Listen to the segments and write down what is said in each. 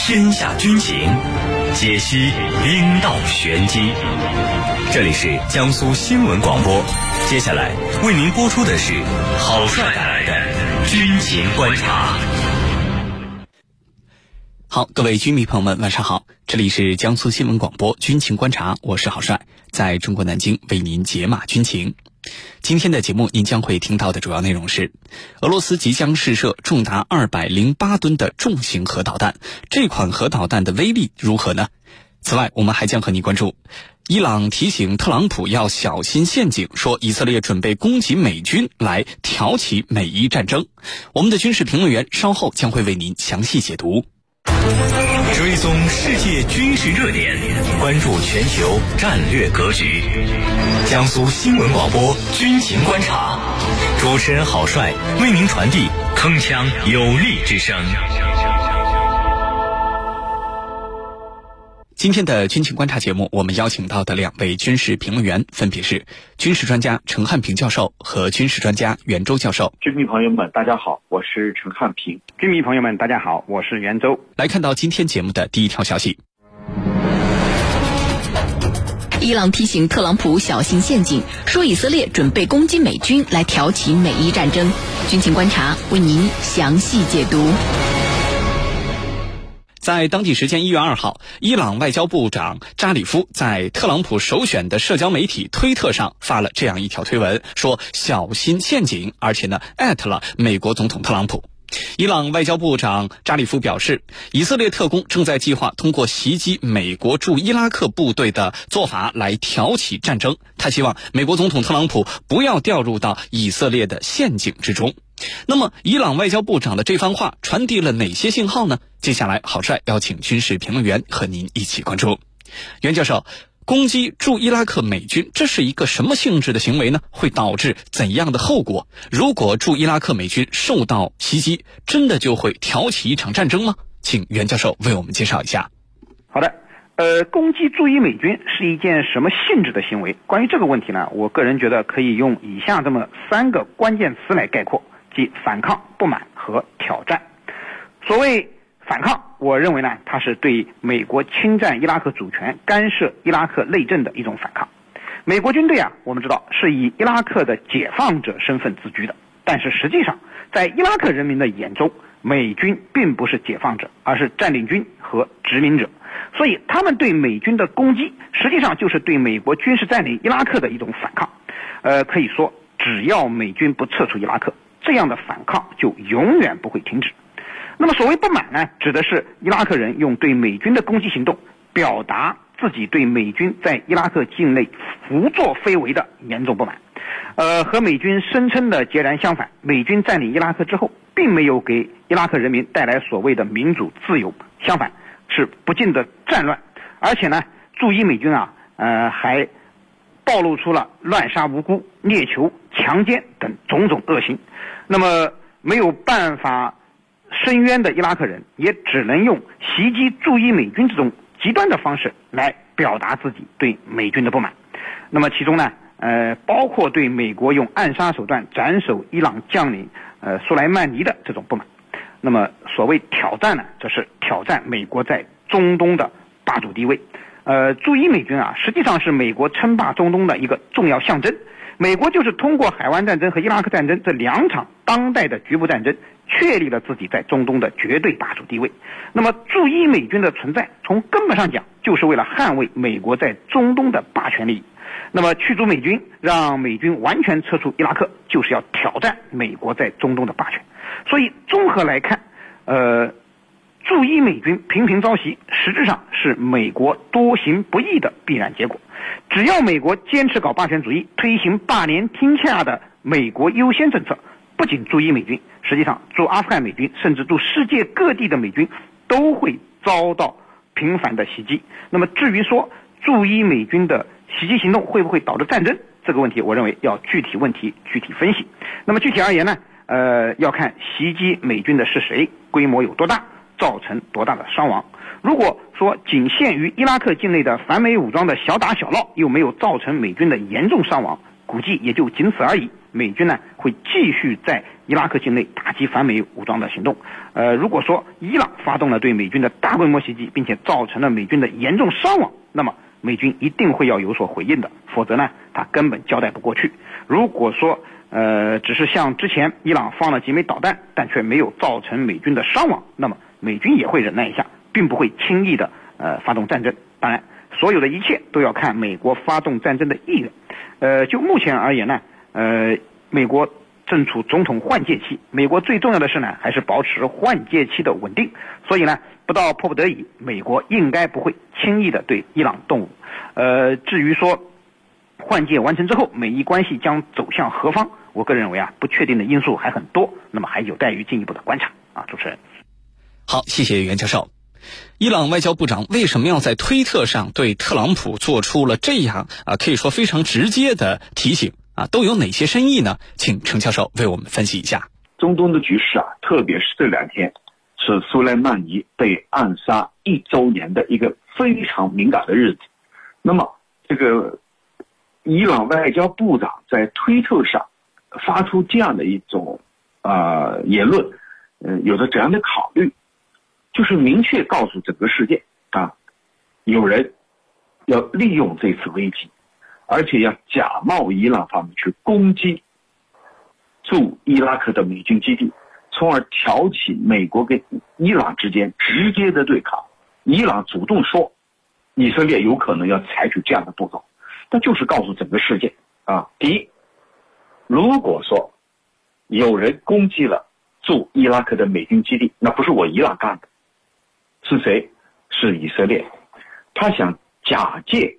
天下军情，解析兵道玄机。这里是江苏新闻广播，接下来为您播出的是郝帅带来的军情观察。 好，各位军迷朋友们，晚上好，这里是江苏新闻广播军情观察，我是郝帅，在中国南京为您解码军情。今天的节目您将会听到的主要内容是，俄罗斯即将试射重达208吨的重型核导弹，这款核导弹的威力如何呢？此外，我们还将和你关注伊朗提醒特朗普要小心陷阱，说以色列准备攻击美军来挑起美伊战争。我们的军事评论员稍后将会为您详细解读。 追踪世界军事热点，关注全球战略格局。江苏新闻广播军情观察，主持人郝帅为您传递铿锵有力之声。 今天的军情观察节目，我们邀请到的两位军事评论员分别是军事专家陈汉平教授和军事专家袁周教授。 军迷朋友们大家好，我是陈汉平。 军迷朋友们大家好，我是袁周。 来看到今天节目的第一条消息， 伊朗提醒特朗普小心陷阱，说以色列准备攻击美军来挑起美伊战争。军情观察为您详细解读。 在当地时间1月2号，伊朗外交部长扎里夫在特朗普首选的社交媒体推特上发了这样一条推文，说小心陷阱，而且呢艾特了美国总统特朗普。伊朗外交部长扎里夫表示，以色列特工正在计划通过袭击美国驻伊拉克部队的做法来挑起战争，他希望美国总统特朗普不要掉入到以色列的陷阱之中。那么伊朗外交部长的这番话传递了哪些信号呢？接下来郝帅邀请军事评论员和您一起关注。袁教授，攻击驻伊拉克美军，这是一个什么性质的行为呢？会导致怎样的后果？如果驻伊拉克美军受到袭击，真的就会挑起一场战争吗？请袁教授为我们介绍一下。 好的，攻击驻伊美军是一件什么性质的行为？关于这个问题呢，我个人觉得可以用以下这么3个关键词来概括，即反抗、不满和挑战。所谓反抗，我认为呢，它是对美国侵占伊拉克主权、干涉伊拉克内政的一种反抗。美国军队啊，我们知道是以伊拉克的解放者身份自居的，但是实际上，在伊拉克人民的眼中，美军并不是解放者，而是占领军和殖民者。所以他们对美军的攻击，实际上就是对美国军事占领伊拉克的一种反抗。可以说，只要美军不撤出伊拉克，这样的反抗就永远不会停止。那么所谓不满呢，指的是伊拉克人用对美军的攻击行动表达自己对美军在伊拉克境内胡作非为的严重不满。和美军声称的截然相反，美军占领伊拉克之后并没有给伊拉克人民带来所谓的民主自由，相反是不尽的战乱，而且呢驻伊美军啊还暴露出了乱杀无辜、猎求、强奸等种种恶行。那么没有办法申冤的伊拉克人也只能用袭击驻伊美军这种极端的方式来表达自己对美军的不满。那么其中呢包括对美国用暗杀手段斩首伊朗将领苏莱曼尼的这种不满。那么所谓挑战呢，这是挑战美国在中东的霸主地位。驻伊美军啊，实际上是美国称霸中东的一个重要象征。美国就是通过海湾战争和伊拉克战争这2场当代的局部战争，确立了自己在中东的绝对霸主地位。那么驻伊美军的存在，从根本上讲，就是为了捍卫美国在中东的霸权利益。那么驱逐美军，让美军完全撤出伊拉克，就是要挑战美国在中东的霸权。所以综合来看，驻伊美军频频遭袭，实质上是美国多行不义的必然结果。只要美国坚持搞霸权主义，推行霸廉天下的美国优先政策，不仅驻伊美军，实际上驻阿富汗美军，甚至驻世界各地的美军都会遭到频繁的袭击。那么至于说驻伊美军的袭击行动会不会导致战争，这个问题我认为要具体问题具体分析。那么具体而言呢，要看袭击美军的是谁，规模有多大，造成多大的伤亡。如果说仅限于伊拉克境内的反美武装的小打小闹，又没有造成美军的严重伤亡，估计也就仅此而已， 美军呢会继续在伊拉克境内打击反美武装的行动。如果说伊朗发动了对美军的大规模袭击，并且造成了美军的严重伤亡，那么美军一定会要有所回应的，否则呢他根本交代不过去。如果说只是像之前伊朗放了几枚导弹，但却没有造成美军的伤亡，那么美军也会忍耐一下，并不会轻易的发动战争。当然，所有的一切都要看美国发动战争的意愿。就目前而言呢，美国正处总统换届期，美国最重要的是呢，还是保持换届期的稳定。所以呢，不到迫不得已，美国应该不会轻易的对伊朗动武。至于说换届完成之后，美伊关系将走向何方，我个人认为不确定的因素还很多，那么还有待于进一步的观察主持人。 好，谢谢袁教授。伊朗外交部长为什么要在推特上对特朗普做出了这样可以说非常直接的提醒都有哪些深意呢？请程教授为我们分析一下。 中东的局势特别是这2天是苏莱曼尼被暗杀1周年的一个非常敏感的日子。那么这个伊朗外交部长在推特上发出这样的一种言论，有着怎样的考虑？就是明确告诉整个世界有人要利用这次危机，而且要假冒伊朗方面去攻击驻伊拉克的美军基地，从而挑起美国跟伊朗之间直接的对抗。伊朗主动说以色列有可能要采取这样的步骤，那就是告诉整个世界第一，如果说有人攻击了驻伊拉克的美军基地，那不是我伊朗干的，是谁？是以色列。他想假借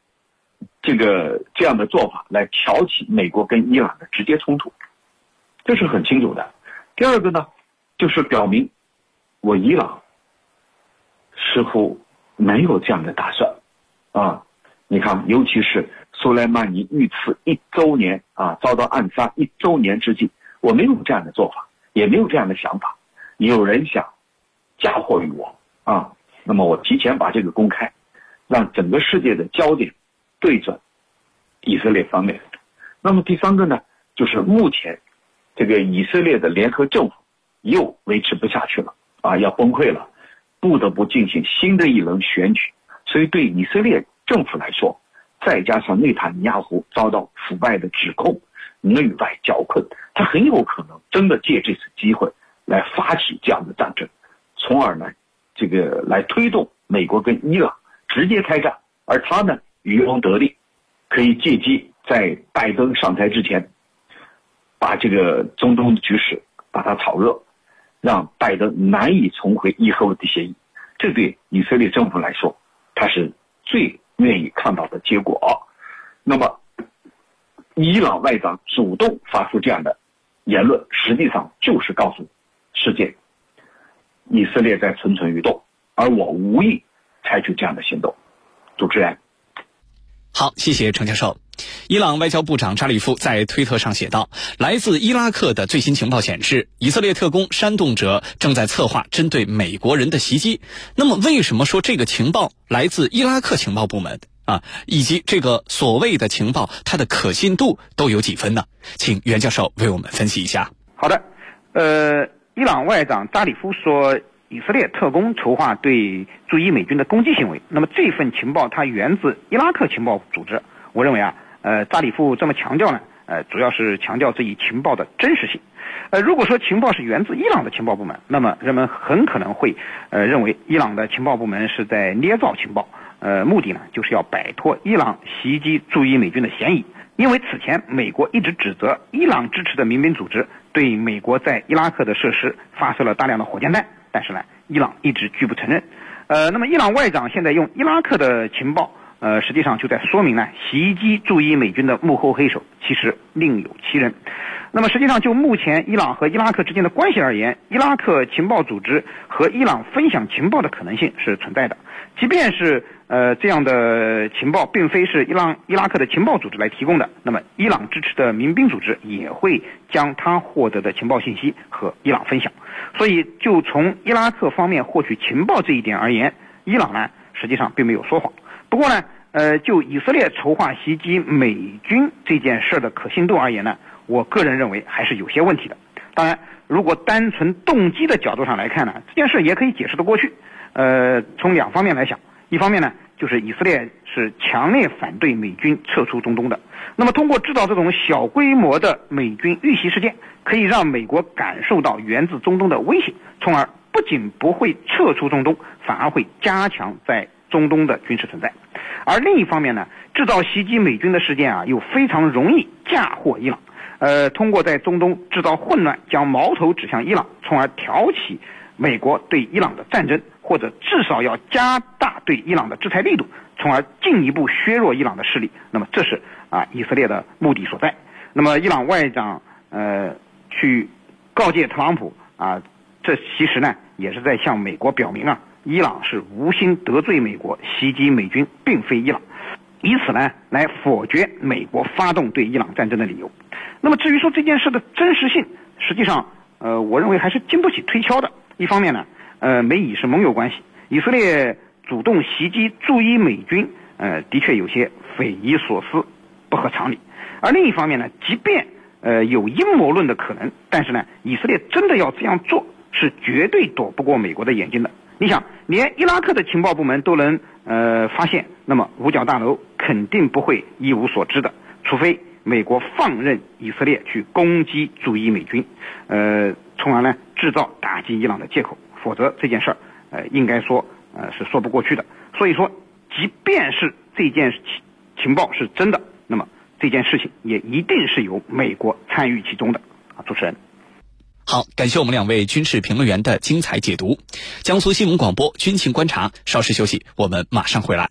这样的做法来挑起美国跟伊朗的直接冲突，这是很清楚的。第二个呢，就是表明我伊朗似乎没有这样的打算你看，尤其是苏莱曼尼遇刺1周年遭到暗杀1周年之际，我没有这样的做法，也没有这样的想法。有人想嫁祸于我那么我提前把这个公开，让整个世界的焦点对准以色列方面。那么第三个呢，就是目前这个以色列的联合政府又维持不下去了要崩溃了，不得不进行新的一轮选举。所以对以色列政府来说，再加上内塔尼亚胡遭到腐败的指控，内外交困，他很有可能真的借这次机会来发起这样的战争，从而呢来推动美国跟伊朗直接开战。而他呢渔翁得利，可以借机在拜登上台之前把这个中东的局势把它炒热，让拜登难以重回伊核问题协议。这对以色列政府来说，他是最愿意看到的结果。那么伊朗外长主动发出这样的言论，实际上就是告诉世界，以色列在蠢蠢欲动，而我无意采取这样的行动。主持人。 好，谢谢程教授。伊朗外交部长扎里夫在推特上写道，来自伊拉克的最新情报显示，以色列特工煽动者正在策划针对美国人的袭击。那么为什么说这个情报来自伊拉克情报部门以及这个所谓的情报它的可信度都有几分呢？请袁教授为我们分析一下。 好的，伊朗外长扎里夫说以色列特工筹划对驻伊美军的攻击行为，那么这份情报它源自伊拉克情报组织。我认为扎里夫这么强调呢，主要是强调这一情报的真实性。如果说情报是源自伊朗的情报部门，那么人们很可能会认为伊朗的情报部门是在捏造情报，目的呢就是要摆脱伊朗袭击驻伊美军的嫌疑。因为此前美国一直指责伊朗支持的民兵组织对美国在伊拉克的设施发射了大量的火箭弹，但是呢伊朗一直拒不承认。那么伊朗外长现在用伊拉克的情报实际上就在说明呢，袭击驻伊美军的幕后黑手其实另有其人。那么实际上就目前伊朗和伊拉克之间的关系而言，伊拉克情报组织和伊朗分享情报的可能性是存在的。即便是这样的情报并非是伊拉克的情报组织来提供的，那么伊朗支持的民兵组织也会将他获得的情报信息和伊朗分享。所以就从伊拉克方面获取情报这一点而言，伊朗呢实际上并没有说谎。不过呢就以色列筹划袭击美军这件事的可信度而言呢， 我个人认为还是有些问题的。当然，如果单纯动机的角度上来看呢，这件事也可以解释得过去。从两方面来想，一方面呢，就是以色列是强烈反对美军撤出中东的。那么通过制造这种小规模的美军遇袭事件，可以让美国感受到源自中东的威胁，从而不仅不会撤出中东，反而会加强在中东的军事存在。而另一方面呢，制造袭击美军的事件又非常容易嫁祸伊朗。通过在中东制造混乱，将矛头指向伊朗，从而挑起美国对伊朗的战争，或者至少要加大对伊朗的制裁力度，从而进一步削弱伊朗的势力。那么这是以色列的目的所在。那么伊朗外长去告诫特朗普这其实呢也是在向美国表明伊朗是无心得罪美国，袭击美军并非伊朗，以此呢来否决美国发动对伊朗战争的理由。那么至于说这件事的真实性，实际上我认为还是经不起推敲的。一方面呢，美以是盟友关系，以色列主动袭击驻伊美军的确有些匪夷所思，不合常理。而另一方面呢，即便有阴谋论的可能，但是呢，以色列真的要这样做，是绝对躲不过美国的眼睛的。你想，连伊拉克的情报部门都能发现，那么五角大楼肯定不会一无所知的，除非美国放任以色列去攻击驻伊美军，从而呢制造打击伊朗的借口，否则这件事应该说是说不过去的。所以说，即便是这件情报是真的，那么这件事情也一定是由美国参与其中的。主持人。 好，感谢我们两位军事评论员的精彩解读。江苏新闻广播军情观察，稍事休息，我们马上回来。